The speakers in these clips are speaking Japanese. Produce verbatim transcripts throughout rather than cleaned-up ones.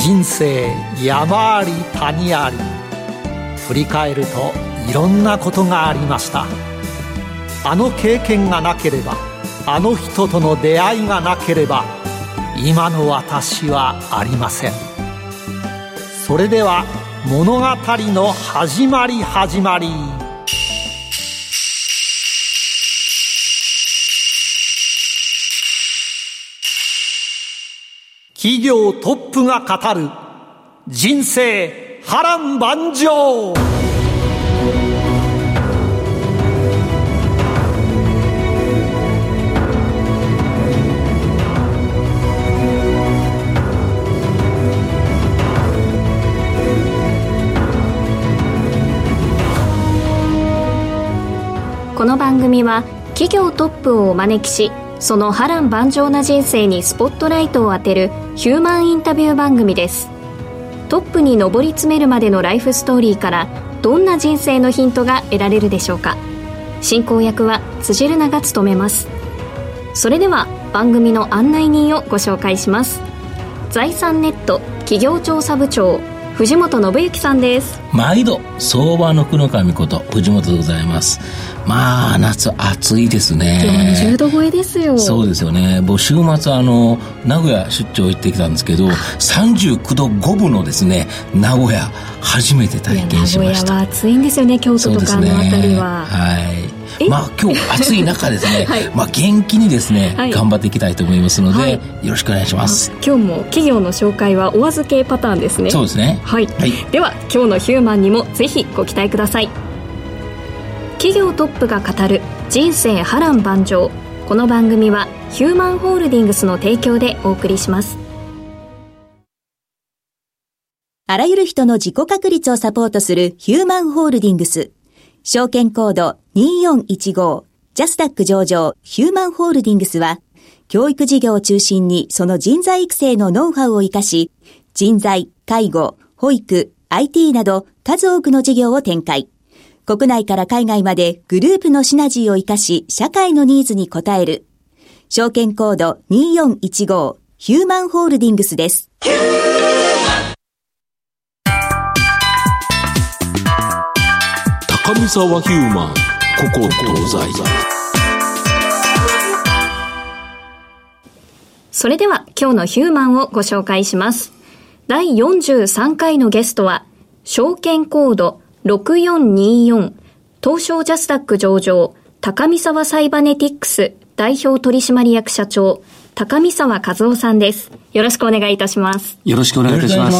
人生山あり谷あり、振り返るといろんなことがありました。あの経験がなければ、あの人との出会いがなければ、今の私はありません。それでは物語の始まり始まり。企業トップが語る人生波乱万丈。 この番組は企業トップをお招きし、その波乱万丈な人生にスポットライトを当てるヒューマンインタビュー番組です。トップに上り詰めるまでのライフストーリーからどんな人生のヒントが得られるでしょうか。進行役は辻るなが務めます。それでは番組の案内人をご紹介します。財産ネット企業調査部長、藤本信之さんです。 毎度相場の福の神こと藤本でございます。まあ夏暑いですね。 今日はじゅうど超えですよ。 そうですよね。僕週末あの名古屋出張行ってきたんですけど、さんじゅうきゅうどごぶのですね名古屋初めて体験しました。 名古屋は暑いんですよね。京都とかあの辺りは、ね、 はい。まあ今日暑い中ですね、はい、まあ元気にですね、はい、頑張っていきたいと思いますので、はい、よろしくお願いします。 今日も企業の紹介はお預けパターンですね。 そうですね。 はい。はい、では今日のヒューマンにもぜひご期待ください。企業トップが語る人生波乱万丈。この番組はヒューマンホールディングスの提供でお送りします。 あらゆる人の自己確立をサポートするヒューマンホールディングス。証券コードにーよんいちご、ジャスタック上場ヒューマンホールディングスは、教育事業を中心にその人材育成のノウハウを生かし、人材、介護、保育、アイティー など数多くの事業を展開。国内から海外までグループのシナジーを生かし、社会のニーズに応える。証券コードにーよんいちご、ヒューマンホールディングスです。 高見沢ヒューマン、ここ東西。 それでは今日のヒューマンをご紹介します。だいよんじゅうさんかいのゲストは、証券コードろくよんにーよん、東証ジャスダック上場、高見沢サイバネティックス代表取締役社長、高見沢和夫さんです。よろしくお願いいたします。 よろしくお願いいたします。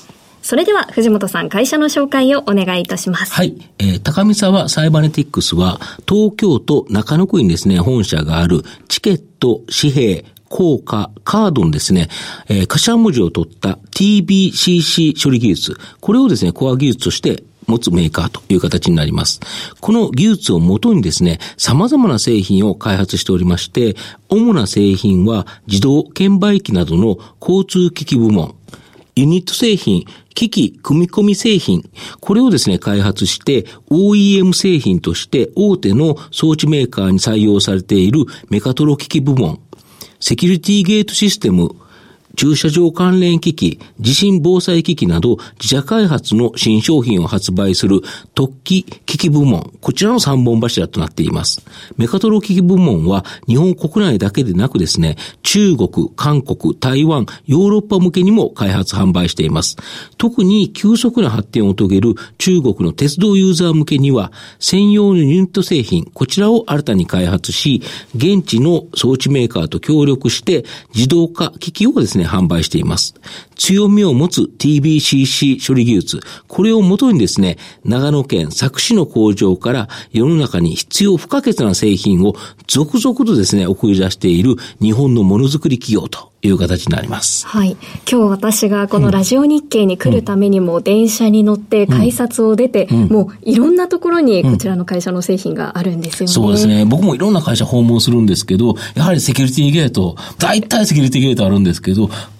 それでは藤本さん、会社の紹介をお願いいたします。 はい、えー、高見沢サイバネティックスは東京都中野区にですね本社があるチケット、紙幣、硬貨、カードのですね、えー、頭文字を取った ティービーシーシー 処理技術、これをですねコア技術として持つメーカーという形になります。この技術をもとにですね、様々な製品を開発しておりまして、主な製品は自動券売機などの交通機器部門、ユニット製品、機器組み込み製品、これをですね、開発して オーイーエム 製品として大手の装置メーカーに採用されているメカトロ機器部門、セキュリティゲートシステム、駐車場関連機器、地震防災機器など自社開発の新商品を発売する特機機器部門、こちらの三本柱となっています。メカトロ機器部門は日本国内だけでなくですね、中国、韓国、台湾、ヨーロッパ向けにも開発販売しています。特に急速な発展を遂げる中国の鉄道ユーザー向けには専用のユニット製品、こちらを新たに開発し、現地の装置メーカーと協力して自動化機器をですね販売しています。強みを持つ ティービーシーシー 処理技術、これをもとにですね、長野県佐久市の工場から世の中に必要不可欠な製品を続々とですね、送り出している日本のものづくり企業という形になります。 はい。今日私がこのラジオ日経に来るためにも電車に乗って改札を出て、うんうん、もういろんなところにこちらの会社の製品があるんですよね。 そうですね。僕もいろんな会社訪問するんですけど、やはりセキュリティゲート、大体セキュリティゲートあるんですけど、結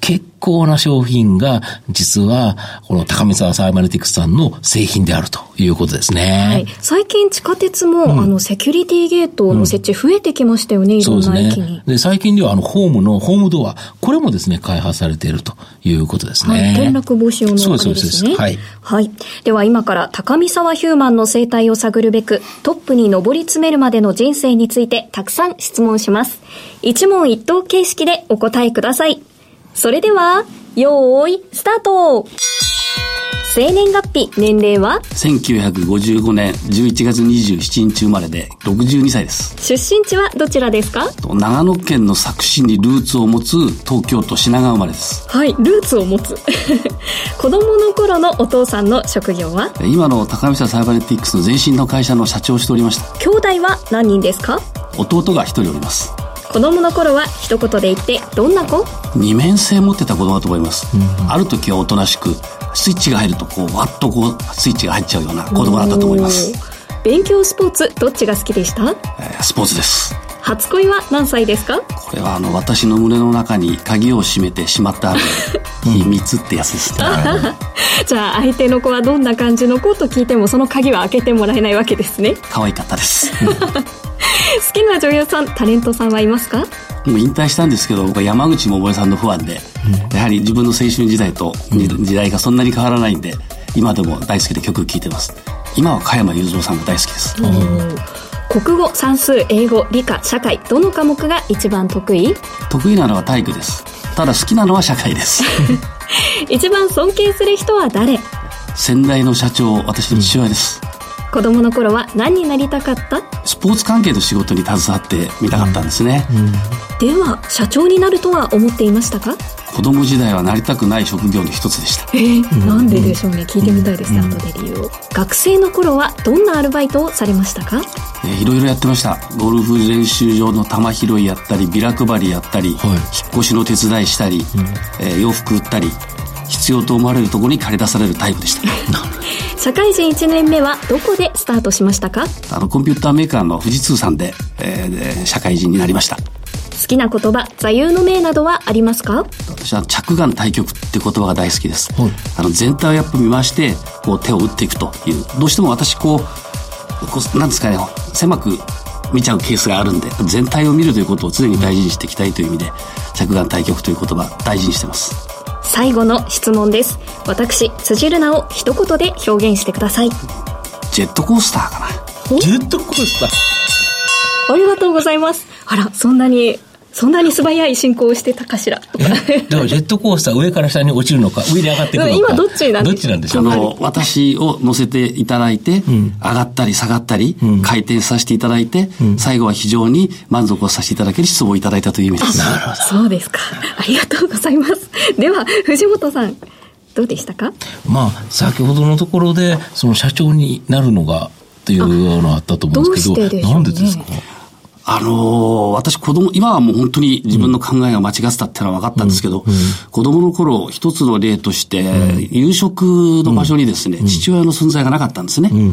構な商品が、実は、この高見沢サイバネティクスさんの製品であるということですね。 はい。最近地下鉄も、うん、あの、セキュリティゲートの設置増えてきましたよね、うん、いろんな駅に。そうですね。 で、最近では、あの、ホームの、ホームドア、これもですね、開発されているということですね。 はい。転落防止用のあれですね。 そうです、そうです。はい。 はい。では、今から高見沢ヒューマンの生態を探るべく、トップに上り詰めるまでの人生について、たくさん質問します。一問一答形式でお答えください。それでは、よーい、スタート。生年月日、年齢はせんきゅうひゃくごじゅうごねんじゅういちがつにじゅうしちにち生まれでろくじゅうにさいです。 出身地はどちらですか？ 長野県の佐久市にルーツを持つ東京都品川生まれです。 はい、ルーツを持つ子供の頃のお父さんの職業は？ 今の高見沢サイバネティクスの前身の会社の社長をしておりました。 兄弟は何人ですか？ 弟が一人おります。 子供の頃は一言で言ってどんな子？ 二面性持ってた子供だと思います、うん、ある時はおとなしく、スイッチが入るとこうわっとこうスイッチが入っちゃうような子供だったと思います。 勉強スポーツどっちが好きでした？ えー、スポーツです。 初恋は何歳ですか？ これはあの私の胸の中に鍵を閉めてしまった秘密ってやつですねじゃあ相手の子はどんな感じの子と聞いてもその鍵は開けてもらえないわけですね。 可愛かったです好きな女優さん、タレントさんはいますか？ もう引退したんですけど、僕は山口百恵さんのファンで、うん、やはり自分の青春時代と時代がそんなに変わらないんで、今でも大好きで曲聴いてます。今は加山雄三さんが大好きです。 国語、算数、英語、理科、社会、どの科目が一番得意？ 得意なのは体育です。ただ好きなのは社会です一番尊敬する人は誰？ 先代の社長、私の父親です、うん、 子供の頃は何になりたかった？ スポーツ関係の仕事に携わってみたかったんですね、うんうん、 では社長になるとは思っていましたか？ 子供時代はなりたくない職業の一つでした。 えーうん、なんででしょうね。聞いてみたいですね、うん、後で理由を。学生の頃はどんなアルバイトをされましたか？ えー、いろいろやってました。ゴルフ練習場の球拾いやったり、ビラ配りやったり、はい、引っ越しの手伝いしたり、うんえー、洋服売ったり、必要と思われるところに借り出されるタイプでした社会人いちねんめはどこでスタートしましたか？ あのコンピューターメーカーの富士通さんで、えー、社会人になりました。 好きな言葉、座右の銘などはありますか？ 私は着眼対極って言葉が大好きです、はい、あの全体をやっぱ見回してこう手を打っていくという、どうしても私こう、こうなんですかね、狭く見ちゃうケースがあるんで、全体を見るということを常に大事にしていきたいという意味で、着眼対極という言葉大事にしてます。 最後の質問です。私辻るなを一言で表現してください。 ジェットコースターかな。ジェットコースター、 ありがとうございます。あら、そんなにそんなに素早い進行をしてたかしら。 え、だからジェットコースター上から下に落ちるのか上に上がってくるのか、 今どっちなんどっちなんでしょう。 あの私を乗せていただいて、うん、上がったり下がったり、うん、回転させていただいて、うん、最後は非常に満足をさせていただける質問をいただいたという意味です。 なるほど。そうですか。ありがとうございます。では藤本さんどうでしたか？ まあ先ほどのところでその社長になるのがっていうのがあったと思うんですけど、 どうしてでしょうね。 なんでですか？ あのー、私子供、今はもう本当に自分の考えが間違ってたっていうのは分かったんですけど、うんうん、子供の頃一つの例として、うん、夕食の場所にですね、うん、父親の存在がなかったんですね。うんうん、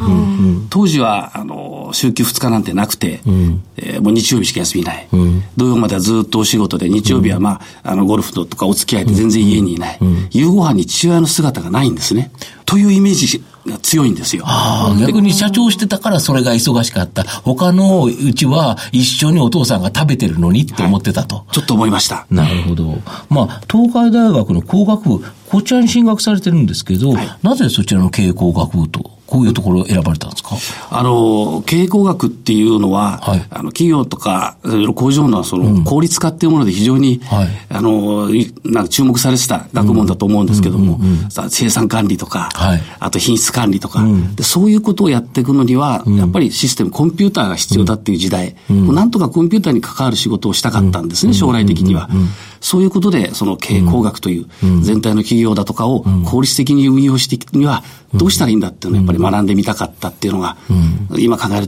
当時は、あのー、週休ふつかなんてなくて、うんえー、もう日曜日しか休みない。うん、土曜まではずっとお仕事で、日曜日はまあ、あの、ゴルフとかお付き合いで全然家にいない。うんうん、夕ご飯に父親の姿がないんですね。というイメージが強いんですよ。 ああ、逆に社長してたからそれが忙しかった。他のうちは一緒にお父さんが食べてるのにって思ってたと。はい、 ちょっと思いました。 なるほど。まあ、東海大学の工学部、こちらに進学されてるんですけど、はい、なぜそちらの経営工学部と、こういうところを選ばれたんですか？ あの、経営工学っていうのは、はい、あの企業とか工場のその効率化っていうもので非常に、うんはい、あの、なんか注目されてた学問だと思うんですけども、うんうんうんうん、生産管理とか、はい、あと品質管理とか、うん、で、そういうことをやっていくのには、うん、やっぱりシステム、コンピューターが必要だっていう時代、うんうん、なんとかコンピューターに関わる仕事をしたかったんですね、うん、将来的には。うんうんうんうん、そういうことで、その経営工学という全体の企業だとかを効率的に運用していくには、どうしたらいいんだっていうのをやっぱり学んでみたかったっていうのが、うん、今考えると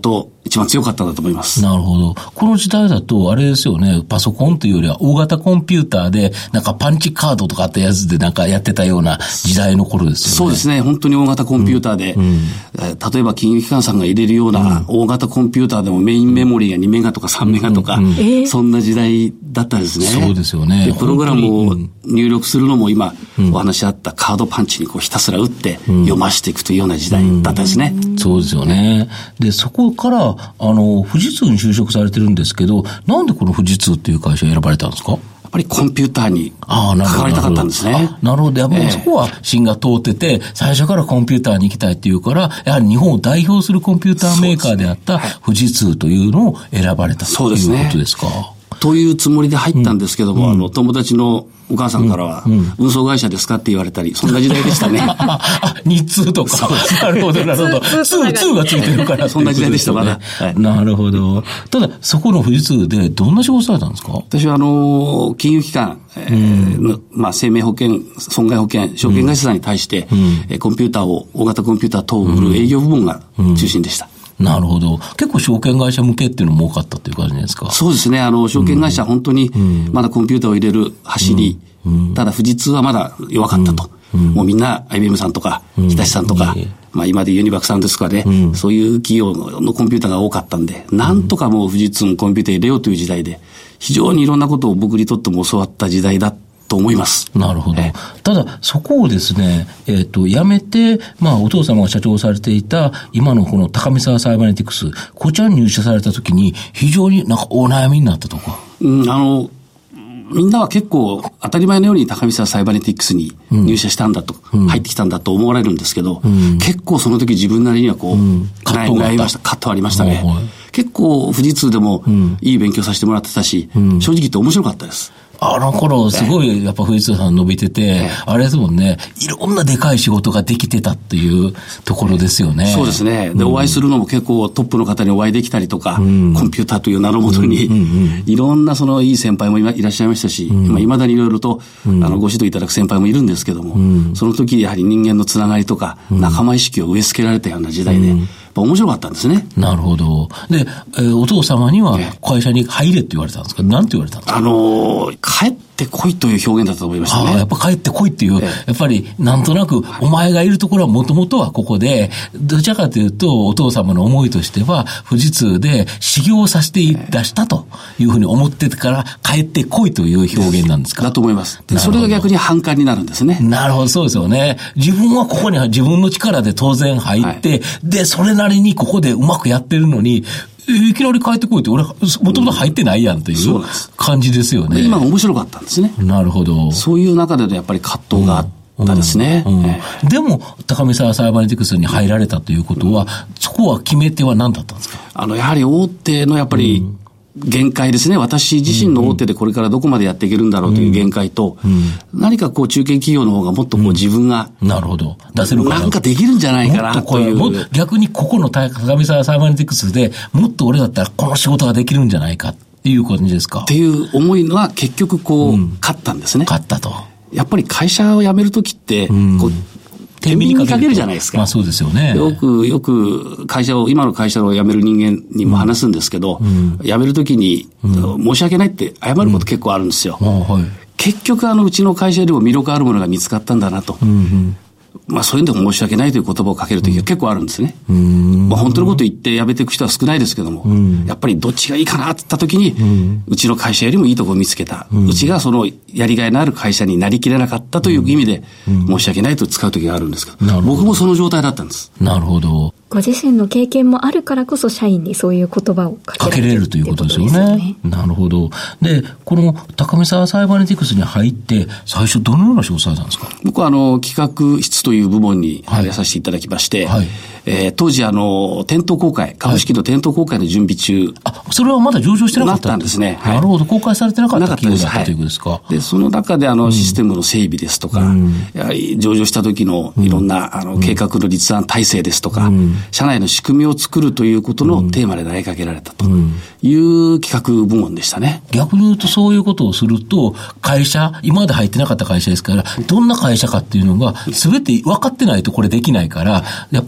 一番強かったんだと思います。 なるほど。この時代だと、あれですよね、パソコンというよりは大型コンピューターで、なんかパンチカードとかあったやつでなんかやってたような時代の頃ですよね。 そうですね。本当に大型コンピューターで、うんうん、例えば金融機関さんが入れるような大型コンピューターでもメインメモリーがにメガとかさんメガとか、うんうん、そんな時代だったですね。 そうですよね。 で、プログラムを入力するのも今、うん、お話あったカードパンチにこうひたすら打って読ましていくというような時代だったですね。 うんうん、そうですよね。で、そこから、あの、富士通に就職されてるんですけど、なんでこの富士通っていう会社を選ばれたんですか？ やっぱりコンピューターに関わりたかったんですね。 なるほど。やっぱりそこは芯が通ってて、最初からコンピューターに行きたいっていうから、やはり日本を代表するコンピューターメーカーであった富士通というのを選ばれたということですか？ というつもりで入ったんですけども、うん、あの、友達のお母さんからは、うんうん、運送会社ですかって言われたり、そんな時代でしたね。 あ、日通とか。なるほど、なるほど。ツー、ツーがついてるから。 そんな時代でした、まだ。 はい、なるほど。ただ、そこの富士通でどんな仕事されたんですか？ 私は、あの、金融機関、えーうん、まあ、生命保険、損害保険、証券会社さんに対して、うん、コンピューターを、大型コンピューター等を売る営業部門が中心でした。うんうんなるほど。結構証券会社向けっていうのも多かったっていう感じですか？ そうですね。あの、証券会社、うん、本当に、まだコンピューターを入れる走り、うんうん、ただ富士通はまだ弱かったと。うん、もうみんな アイビーエム さんとか、うん、日立さんとか、うん、まあ今でユニバックさんですかね、うん、そういう企業のコンピューターが多かったんで、なんとかもう富士通のコンピューター入れようという時代で、非常にいろんなことを僕にとっても教わった時代だと思います。 なるほど。ただ、そこをですね、えっと、辞めて、まあ、お父様が社長をされていた、今のこの高見沢サイバネティクス、こちらに入社されたときに、非常になんかお悩みになったとか。 うん、あの、みんなは結構当たり前のように高見沢サイバネティクスに入社したんだと、うん、入ってきたんだと思われるんですけど、うん、結構その時自分なりにはこう、うん、 葛藤があった。 悩みました。葛藤ありましたね。はい、結構富士通でもいい勉強させてもらってたし、うん、正直言って面白かったです。 あの頃、すごい、やっぱ富士通さん伸びてて、あれですもんね、いろんなでかい仕事ができてたっていうところですよね。 そうですね。で、お会いするのも結構トップの方にお会いできたりとか、うん、コンピューターという名のもとに、うんうんうん、いろんなそのいい先輩もいらっしゃいましたし、うん、まあ、未だにいろいろと、うん、あの、ご指導いただく先輩もいるんですけども、うん、その時やはり人間のつながりとか、うん、仲間意識を植え付けられたような時代で、うん面白かったんですね。 なるほど。で、えー、お父様には会社に入れって言われたんですか？なんて言われたんですか？ あのー、帰ってこいという表現だったと思いましたね。 ああ、やっぱ帰ってこいっていう、えー、やっぱりなんとなく、お前がいるところはもともとはここで、どちらかというと、お父様の思いとしては、富士通で修行させて出したというふうに思っててから帰ってこいという表現なんですか？ だと思います。で、それが逆に反感になるんですね。 なるほど、そうですよね。自分はここに自分の力で当然入って、はい、で、それなりにここでうまくやってるのに、いきなり帰ってこいって、俺、もともと入ってないやんという感じですよね。 今面白かったんですね。 なるほど。 そういう中でのやっぱり葛藤があったですね。 うんうんえー、でも、高見沢サイバネティクスに入られたということは、うん、そこは決め手は何だったんですか？ あの、やはり大手のやっぱり、うん限界ですね。私自身の大手でこれからどこまでやっていけるんだろうという限界と、うんうん、何かこう中堅企業の方がもっとこう自分が、 うん、なるほど。出せるかな。 なんかできるんじゃないかなという。 もっと逆にここの高見沢サイバネティクスでもっと俺だったらこの仕事ができるんじゃないかっていう感じですか？ っていう思いは結局こう、うん、勝ったんですね。 勝ったと。 やっぱり会社を辞めるときって、こう天秤にかけるじゃないですか。 まあそうですよね。 よく、よく会社を、今の会社を辞める人間にも話すんですけど、うん、辞めるときに、うん、申し訳ないって謝ること結構あるんですよ。うんはい、結局あのうちの会社よりも魅力あるものが見つかったんだなと。うんうんまあそういうのでも申し訳ないという言葉をかけるときは結構あるんですね。うんまあ本当のこと言って辞めていく人は少ないですけども、うんやっぱりどっちがいいかなって言ったときに、うん、うちの会社よりもいいところを見つけた、うん。うちがそのやりがいのある会社になりきれなかったという意味で、申し訳ないと使うときがあるんですけど、うん、僕もその状態だったんです。 なるほど。 ご自身の経験もあるからこそ社員にそういう言葉をかけられるということですよね。なるほど。で、この高見沢サイバネティクスに入って最初どのような仕事されたんですか？ 僕はあの企画室という部門に入らさせていただきまして、はいはいえー、当時あの店頭公開株式の店頭公開の準備中、はい、 あそれはまだ上場してなかったなったんですね。 はい、なるほど。公開されてなかった企業だったということですか？ はい、でその中であの、うん、システムの整備ですとか、うん、やはり上場した時のいろんな、うん、あの計画の立案体制ですとか、うん、社内の仕組みを作るということのテーマで投げかけられたという企画部門でしたね。 逆に言うとそういうことをすると会社今まで入ってなかった会社ですからどんな会社かっていうのが全て分かってないとこれできないからやっぱりそれを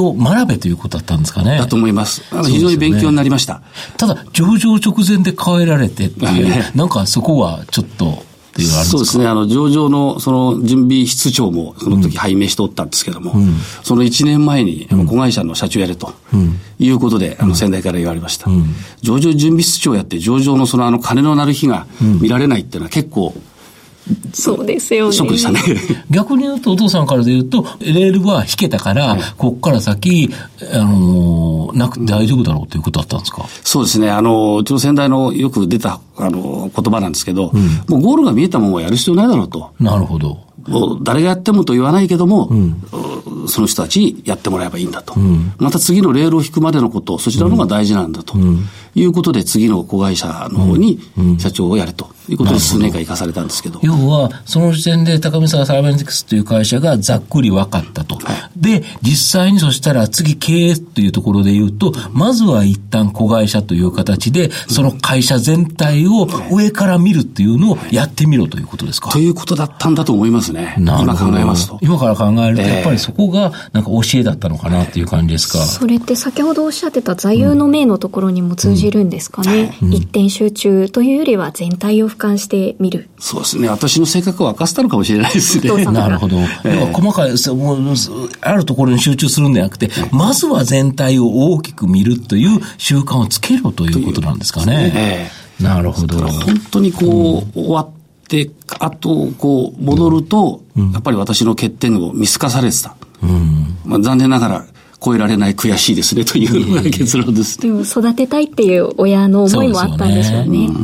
を学べということだったんですかね。 だと思います。あの非常に勉強になりました。 ただ、上場直前で変えられてっていう、なんかそこはちょっと、っていうのはあるんですか？ そうですね。あの、上場の、その、準備室長も、その時拝命しておったんですけども、うん、そのいちねんまえに、あの、子会社の社長やれと、いうことで、うん、あの、先代から言われました。うん、上場準備室長やって、上場のその、あの、金の鳴る日が見られないっていうのは結構、 そうですよね。 ショックでしたね。 逆に言うと、お父さんからで言うと、レールは引けたから、はい、こっから先、あのー、なくて大丈夫だろうということだったんですか？ そうですね。あの、うちの先代のよく出た、あの、言葉なんですけど、うん、もうゴールが見えたものはやる必要ないだろうと。 なるほど。 もう誰がやってもと言わないけども、うん、その人たちにやってもらえばいいんだと、うん、また次のレールを引くまでのこと、そちらの方が大事なんだと、うん、いうことで次の子会社の方に社長をやれということで数年間生かされたんですけど、 要はその時点で高見沢サイバネティクスという会社がざっくり分かったと、はい、で実際にそしたら次経営というところで言うと、まずは一旦子会社という形でその会社全体を上から見るっていうのをやってみろということですか？ ということだったんだと思いますね。今考えますと、 今から考えるとやっぱりそこがなんか教えだったのかなっていう感じですか？ それって先ほどおっしゃってた座右の銘のところにも通じるんですかね、うんうん、一点集中というよりは全体を俯瞰してみる。 そうですね。私の性格を明かせたのかもしれないですね。 なるほど、えー、細かいもうあるところに集中するんじゃなくて、まずは全体を大きく見るという習慣をつけろということなんですかね。えー、なるほど。 本当にこう、うん、終わってあとこう戻ると、うん、やっぱり私の欠点を見透かされてた、うんまあ、残念ながら超えられない悔しいですねというのが結論です。 でも育てたいっていう親の思いもあったんでしょうね。そうですよね。うん、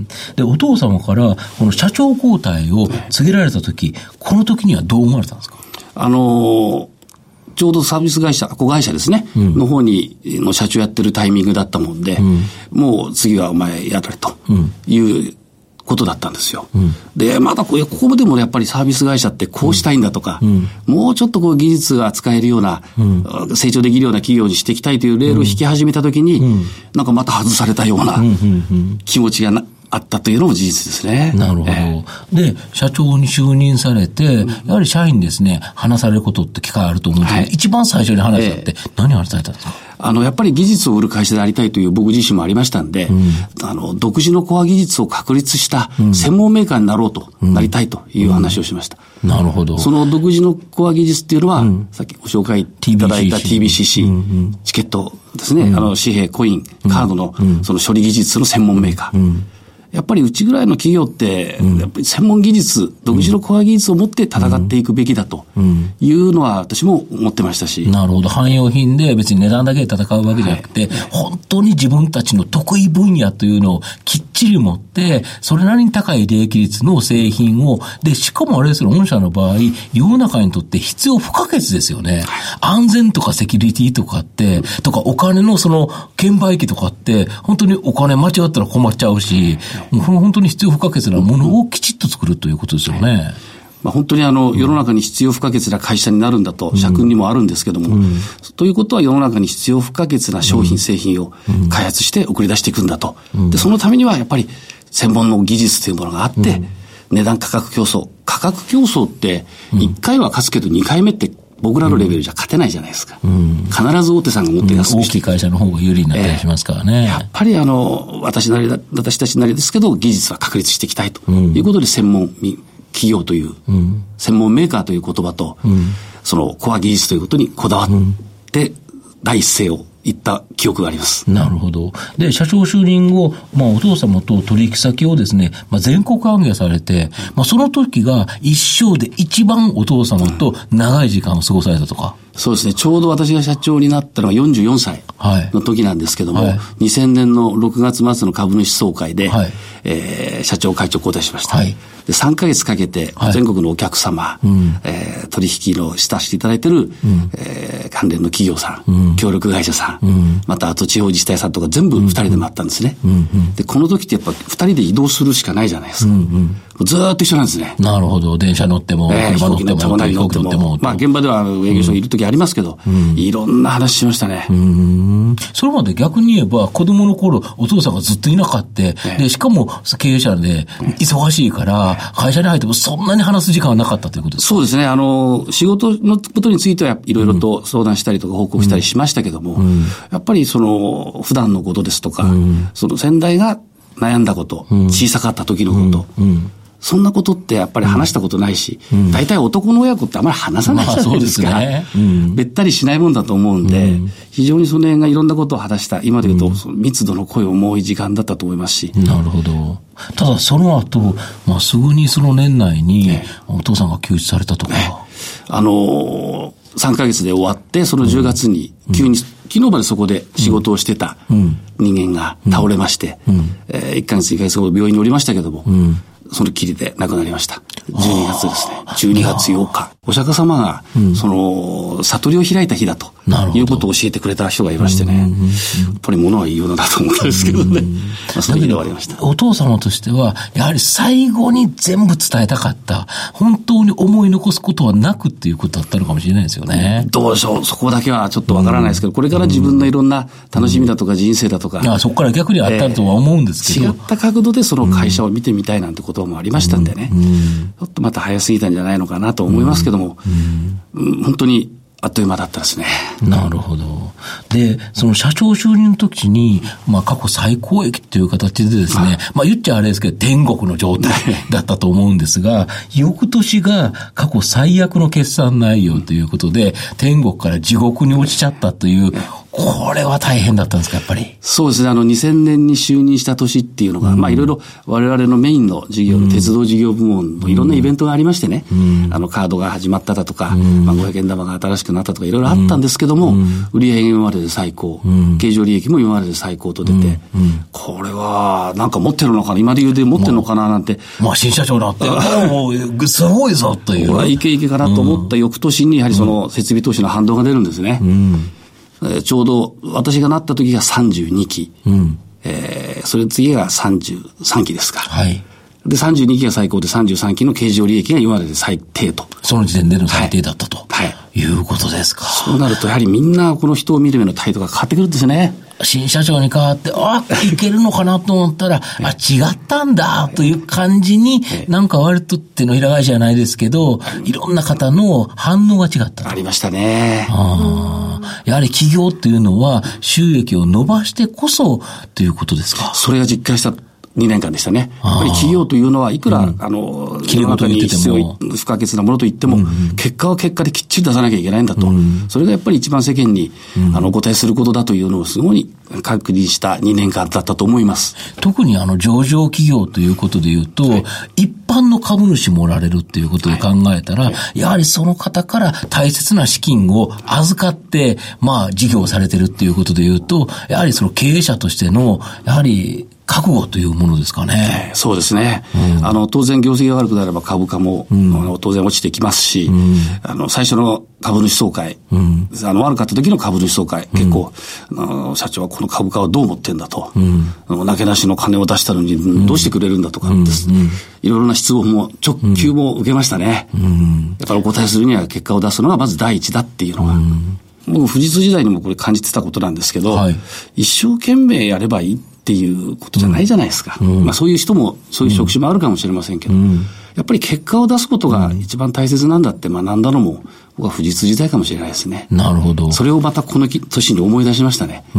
でお父様からこの社長交代を告げられた時、この時にはどう思われたんですか？ あのーちょうどサービス会社、子会社ですね、うん、の方に、の社長やってるタイミングだったもんで、うん、もう次はお前やれということだったんですよ。うん、で、まだこう、ここでもやっぱりサービス会社ってこうしたいんだとか、うん、もうちょっとこう技術が使えるような、うん、成長できるような企業にしていきたいというレールを引き始めたときに、うん、なんかまた外されたような気持ちがな、あったというのも事実ですね。 なるほど。えー、で、社長に就任されて、うん、やはり社員にですね、話されることって機会あると思うんですけど、はい、一番最初に話したって何話されたんですか？ あの、やっぱり技術を売る会社でありたいという僕自身もありましたんで、うん、あの、独自のコア技術を確立した専門メーカーになろうと、うん、なりたいという話をしました。 うんうん、なるほど。 その独自のコア技術っていうのは、うん、さっきご紹介いただいた ティービーシーシー、うんうん、チケットですね、うん、あの、紙幣、コイン、カードの、うん、その処理技術の専門メーカー。うんやっぱりうちぐらいの企業って、うん、やっぱり専門技術、独自のコア技術を持って戦っていくべきだというのは私も思ってましたし。 なるほど。汎用品で別に値段だけで戦うわけじゃなくて、はい、本当に自分たちの得意分野というのをきっちり持って、それなりに高い利益率の製品を、で、しかもあれですよ、御社の場合、世の中にとって必要不可欠ですよね。安全とかセキュリティとかって、とかお金のその券売機とかって、本当にお金間違ったら困っちゃうし、もう本当に必要不可欠なものをきちっと作るということですよね。 まあ、本当にあの、世の中に必要不可欠な会社になるんだと、社訓にもあるんですけども、うん、ということは世の中に必要不可欠な商品、うん、製品を開発して送り出していくんだと、うん。で、そのためにはやっぱり専門の技術というものがあって、うん、値段価格競争。価格競争って、いっかいは勝つけどにかいめって僕らのレベルじゃ勝てないじゃないですか。うん、必ず大手さんが持って安くして、 うん、大きい会社の方が有利になったりしますからね。 えー、やっぱりあの、私なりだ、私たちなりですけど、技術は確立していきたいということで、専門企業という、うん、専門メーカーという言葉と、うん、そのコア技術ということにこだわって、第一声を言った記憶があります。 なるほど。で、社長就任後、まあ、お父様と取引先をですね、まあ、全国行脚されて、まあ、その時が一生で一番お父様と長い時間を過ごされたとか。 うん、そうですね。ちょうど私が社長になったのがよんじゅうよんさいの時なんですけども、はい、にせんねんのろくがつ末の株主総会で、はい、えー、社長会長交代しました。はい、でさんかげつかけて全国のお客様、はい、えー、取引のしたしていただいている、うん、えー、関連の企業さん、うん、協力会社さん、うん、またあと地方自治体さんとか全部ふたりで回ったんですね。うんうん、でこの時ってやっぱふたりで移動するしかないじゃないですか。うんうん、ずーっと一緒なんですね。 なるほど。電車乗っても、 えー、車乗っても、飛行機乗っても、まあ現場では営業所にいる時時ありますけど、うん、いろんな話しましたね。 うーん、それまで逆に言えば子供の頃お父さんがずっといなかった、ね、でしかも経営者で忙しいから会社に入ってもそんなに話す時間はなかったということですか？ そうですね。あの仕事のことについてはいろいろと相談したりとか報告したりしましたけども、うん、やっぱりその普段のことですとか、うん、その先代が悩んだこと、うん、小さかった時のこと、うんうん、そんなことってやっぱり話したことないし、うん、大体男の親子ってあまり話さないじゃないですか。まあそうですね。うん、べったりしないもんだと思うんで、うん、非常にその辺がいろんなことを話した、今で言うと、うん、その密度の濃い重い時間だったと思いますし。 なるほど。ただその後、まあ、すぐにその年内に、ね、お父さんが救出されたとか。ね、 あのー、さんかげつで終わって、そのじゅうがつに急に、うん、昨日までそこで仕事をしてた人間が倒れまして、うんうんえー、いっかげつにかげつほど病院におりましたけども、うん、そのきりで亡くなりました。じゅうにがつですね。じゅうにがつようか。お釈迦様が、うん、その、悟りを開いた日だということを教えてくれた人がいましてね。やっぱり物はいいようだと思ったんですけどね。まあ、その日で終わりました。 お父様としては、やはり最後に全部伝えたかった。本当に思い残すことはなくっていうことだったのかもしれないですよね。 どうでしょう。そこだけはちょっとわからないですけど、これから自分のいろんな楽しみだとか人生だとか。 いや、そこから逆にあったとは思うんですけど。 えー、違った角度でその会社を見てみたいなんてこともありましたんでね。うんうん、ちょっとまた早すぎたんじゃないのかなと思いますけども、うんうん、本当にあっという間だったですね。 なるほど。で、その社長就任の時に、まあ過去最高益という形でですね、まあ言っちゃあれですけど、天国の状態だったと思うんですが、翌年が過去最悪の決算内容ということで、天国から地獄に落ちちゃったという、これは大変だったんですか、やっぱり。 そうですね。あの、にせんねんに就任した年っていうのが、うん、まあいろいろ我々のメインの事業、うん、鉄道事業部門のいろんなイベントがありましてね、うん、あの、カードが始まっただとか、うん、まあごひゃくえん玉が新しくなったとかいろいろあったんですけども、うん、売上今までで最高、うん、経常利益も今までで最高と出て、うんうん、これはなんか持ってるのかな、今で言うで持ってるのかななんて。 まあ新社長だって、もうすごいぞという。 これはいけいけかなと思った翌年にやはりその設備投資の反動が出るんですね。うんちょうど私がなった時がさんじゅうにき、うんえー、それ次がさんじゅうさんきですか。はい。で、さんじゅうにきが最高でさんじゅうさんきの経常利益が今までで最低と。 その時点での最低だったと。はい。はい、いうことですか。 そうなるとやはりみんなこの人を見る目の態度が変わってくるんですよね。 新社長に変わって、あ、いけるのかなと思ったら、あ、違ったんだという感じに、なんか割とっての裏返しじゃないですけど、いろんな方の反応が違った。 ありましたね。 あやはり企業っていうのは収益を伸ばしてこそということですか。 それが実感したにねんかんでしたね。やっぱり企業というのはいくら、うん、あの、世の中に必要不可欠なものと言っても、うんうん、結果は結果できっちり出さなきゃいけないんだと。うん、それがやっぱり一番世間に、うん、あの、お答えすることだというのをすごい確認したにねんかんだったと思います。 特にあの、上場企業ということで言うと、はい、一般の株主もおられるっていうことで考えたら、はいはい、やはりその方から大切な資金を預かって、まあ、事業をされてるっていうことで言うと、やはりその経営者としての、やはり、覚悟というものですかね。 えー、そうですね。うん、あの、当然業績が悪くなれば株価も、うん、あの当然落ちてきますし、うん、あの、最初の株主総会、うん、あの、悪かった時の株主総会、うん、結構、あの、社長はこの株価はどう思ってんだと、うん、あの、なけなしの金を出したのに、うん、どうしてくれるんだとかです、うんうん、いろいろな質問も、直球も受けましたね。うん、やっぱりお答えするには結果を出すのがまず第一だっていうのが、うん僕、富士通時代にもこれ感じてたことなんですけど、はい、一生懸命やればいいっていうことじゃないじゃないですか。うんまあ、そういう人も、そういう職種もあるかもしれませんけど、うん、やっぱり結果を出すことが一番大切なんだって学んだのも、僕は富士通時代かもしれないですね。 なるほど。 それをまたこの年に思い出しましたね。うん、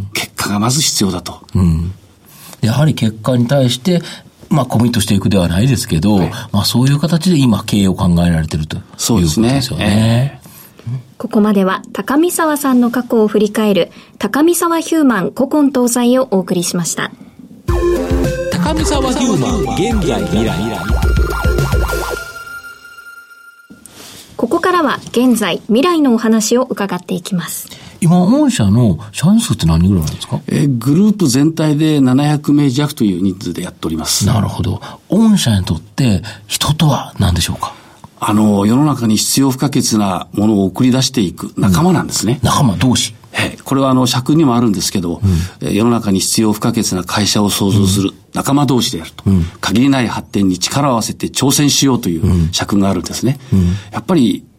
結果がまず必要だと。 うん、やはり結果に対して、まあ、コミットしていくではないですけど、はい、まあ、そういう形で今経営を考えられているということですよね。そうですね。えーここまでは高見沢さんの過去を振り返る高見沢ヒューマン古今東西をお送りしました。 高見沢ヒューマン現在未来。 ここからは現在未来のお話を伺っていきます。 今御社の社員数って何人ぐらいなんですか？ えー、グループ全体でななひゃくめい弱という人数でやっております。 なるほど。御社にとって人とは何でしょうか？ あの、世の中に必要不可欠なものを送り出していく仲間なんですね。 うん、仲間同士。 これはあの、社訓にもあるんですけど、うん、世の中に必要不可欠な会社を創造する仲間同士であると、うん、限りない発展に力を合わせて挑戦しようという社訓があるんですね。うん、やっぱり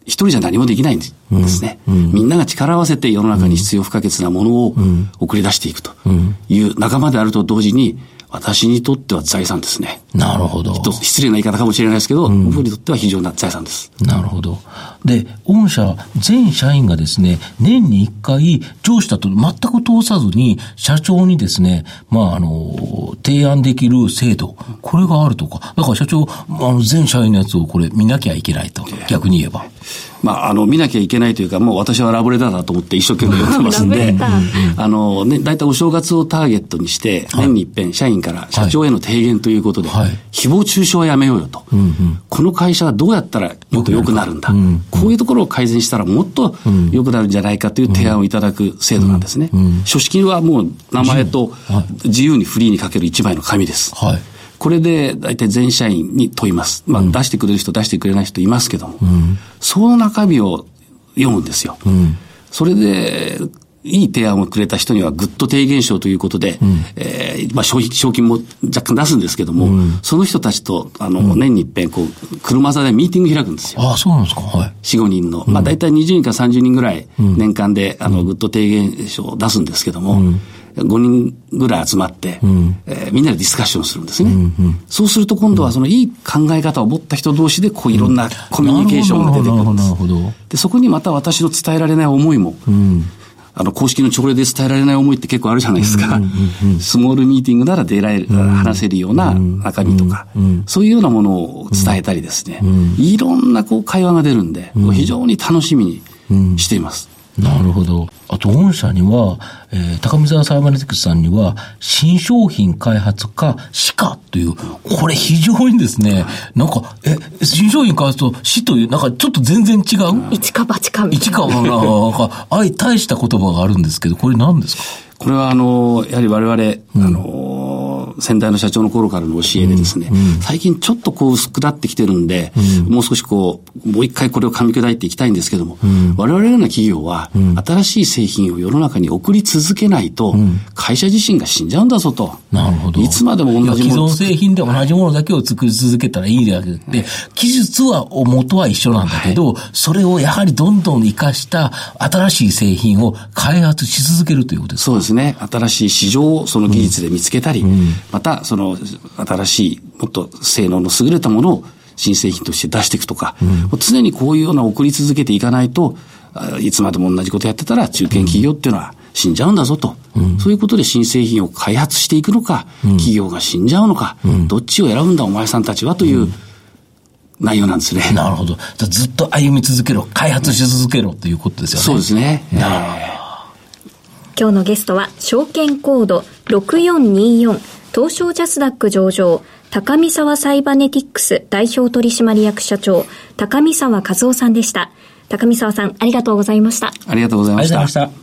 一人じゃ何もできないんですね、うんうん、みんなが力を合わせて世の中に必要不可欠なものを送り出していくという仲間であると同時に、私にとっては財産ですね。 なるほど。 失礼な言い方かもしれないですけど、うん、僕にとっては非常な財産です。 なるほど。で、御社全社員がですね、年にいっかい上司だと全く通さずに社長にですね、まああの提案できる制度、これがあるとか、だから社長あの全社員のやつをこれ見なきゃいけないと、逆に言えば。 まあ、あの、見なきゃいけないというか、もう私はラブレターだと思って一生懸命読んでますんで、あの、ね、大体お正月をターゲットにして、年に一遍社員から社長への提言ということで、はい、誹謗中傷はやめようよと、はい。この会社はどうやったらよく良くなるんだ、うんうん。こういうところを改善したらもっと良くなるんじゃないかという提案をいただく制度なんですね。うんうんうん、書式はもう名前と自由にフリーに書ける一枚の紙です。はい、これで大体全社員に問います。まあ、うん、出してくれる人出してくれない人いますけども、うん、その中身を読むんですよ。うん、それでいい提案をくれた人にはグッド提言賞ということで、うん、えー、まあ賞金、賞金も若干出すんですけども、うん、その人たちとあの、うん、年に一遍こう車座でミーティング開くんですよ。 ああ、そうなんですか。はい。 よん、ごにんの、うん、まあ大体にじゅうにんかさんじゅうにんぐらい年間で、うん、あのグッド提言賞を出すんですけども。うん、ごにんぐらい集まって、うんえー、みんなでディスカッションするんですね、うんうん、そうすると今度はそのいい考え方を持った人同士でこういろんなコミュニケーションが出てくるんです。でそこにまた私の伝えられない思いも、うん、あの公式の朝礼で伝えられない思いって結構あるじゃないですか、うんうんうん、スモールミーティングなら出られる、うん、話せるような中身とか、うん、そういうようなものを伝えたりですね、うん、いろんなこう会話が出るんで、うん、非常に楽しみにしています、 うん、なるほど。あと御社には、えー、高見沢サイバネティクスさんには新商品開発課歯科という、これ非常にですね、なんかえ新商品開発と歯というなんかちょっと全然違う一か八かみたいな一かなんか相対した言葉があるんですけど、これ何ですか？ これはあのやはり我々、うん、あの先代の社長の頃からの教えでですね、うんうん、最近ちょっとこう薄くなってきてるんで、うん、もう少しこうもう一回これを噛み砕いていきたいんですけども、うん、我々のような企業は、うん、新しい製品を世の中に送り続けないと、うん、会社自身が死んじゃうんだぞと。 なるほど。 いつまでも同じもの既存製品で同じものだけを作り続けたらいいだけで、はい、技術は元は一緒なんだけど、はい、それをやはりどんどん活かした新しい製品を開発し続けるということですか？ そうですね。新しい市場をその技術で見つけたり、うん、またその新しいもっと性能の優れたものを新製品として出していくとか、うん、常にこういうような送り続けていかないと、いつまでも同じことやってたら中堅企業っていうのは死んじゃうんだぞと、うん、そういうことで新製品を開発していくのか、うん、企業が死んじゃうのか、うん、どっちを選ぶんだお前さんたちはという、うん、内容なんですね。 なるほど。ずっと歩み続けろ、開発し続けろということですよね。 そうですね。 なるほど。 今日のゲストは証券コードろくよんによん東証ジャスダック上場高見沢サイバネティックス代表取締役社長高見沢和夫さんでした。高見沢さんありがとうございました。 ありがとうございました。ありがとうございま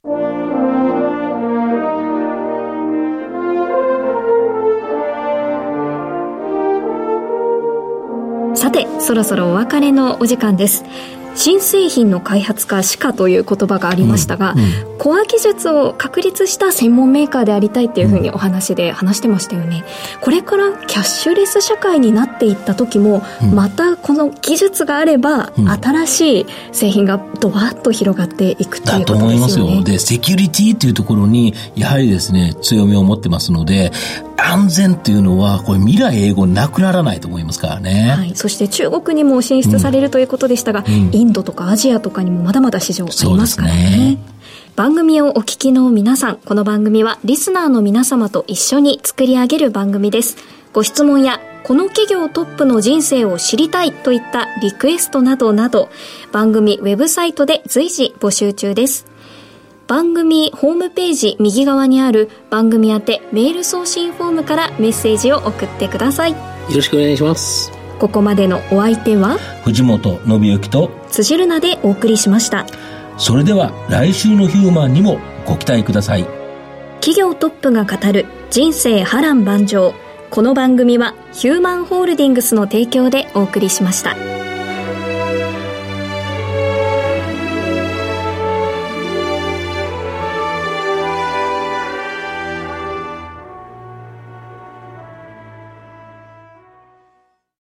した。さてそろそろお別れのお時間です。新製品の開発か歯科という言葉がありましたが、うんうん、コア技術を確立した専門メーカーでありたいっていうふうにお話で話してましたよね。これからキャッシュレス社会になっていった時も、うん、またこの技術があれば、うん、新しい製品がドワッと広がっていくということですよね。だと思いますよ。 で、セキュリティというところにやはりですね強みを持ってますので、安全というのはこれ未来永劫なくならないと思いますからね、 はい、そして中国にも進出されるということでしたが、うん、インドとかアジアとかにもまだまだ市場ありますから ね, ね番組をお聞きの皆さん、この番組はリスナーの皆様と一緒に作り上げる番組です。ご質問やこの企業トップの人生を知りたいといったリクエストなどなど番組ウェブサイトで随時募集中です。番組ホームページ右側にある番組宛てメール送信フォームからメッセージを送ってください。よろしくお願いします。 ここまでのお相手は藤本信之と辻るなでお送りしました。 それでは来週のヒューマンにもご期待ください。 企業トップが語る人生波乱万丈。この番組はヒューマンホールディングスの提供でお送りしました。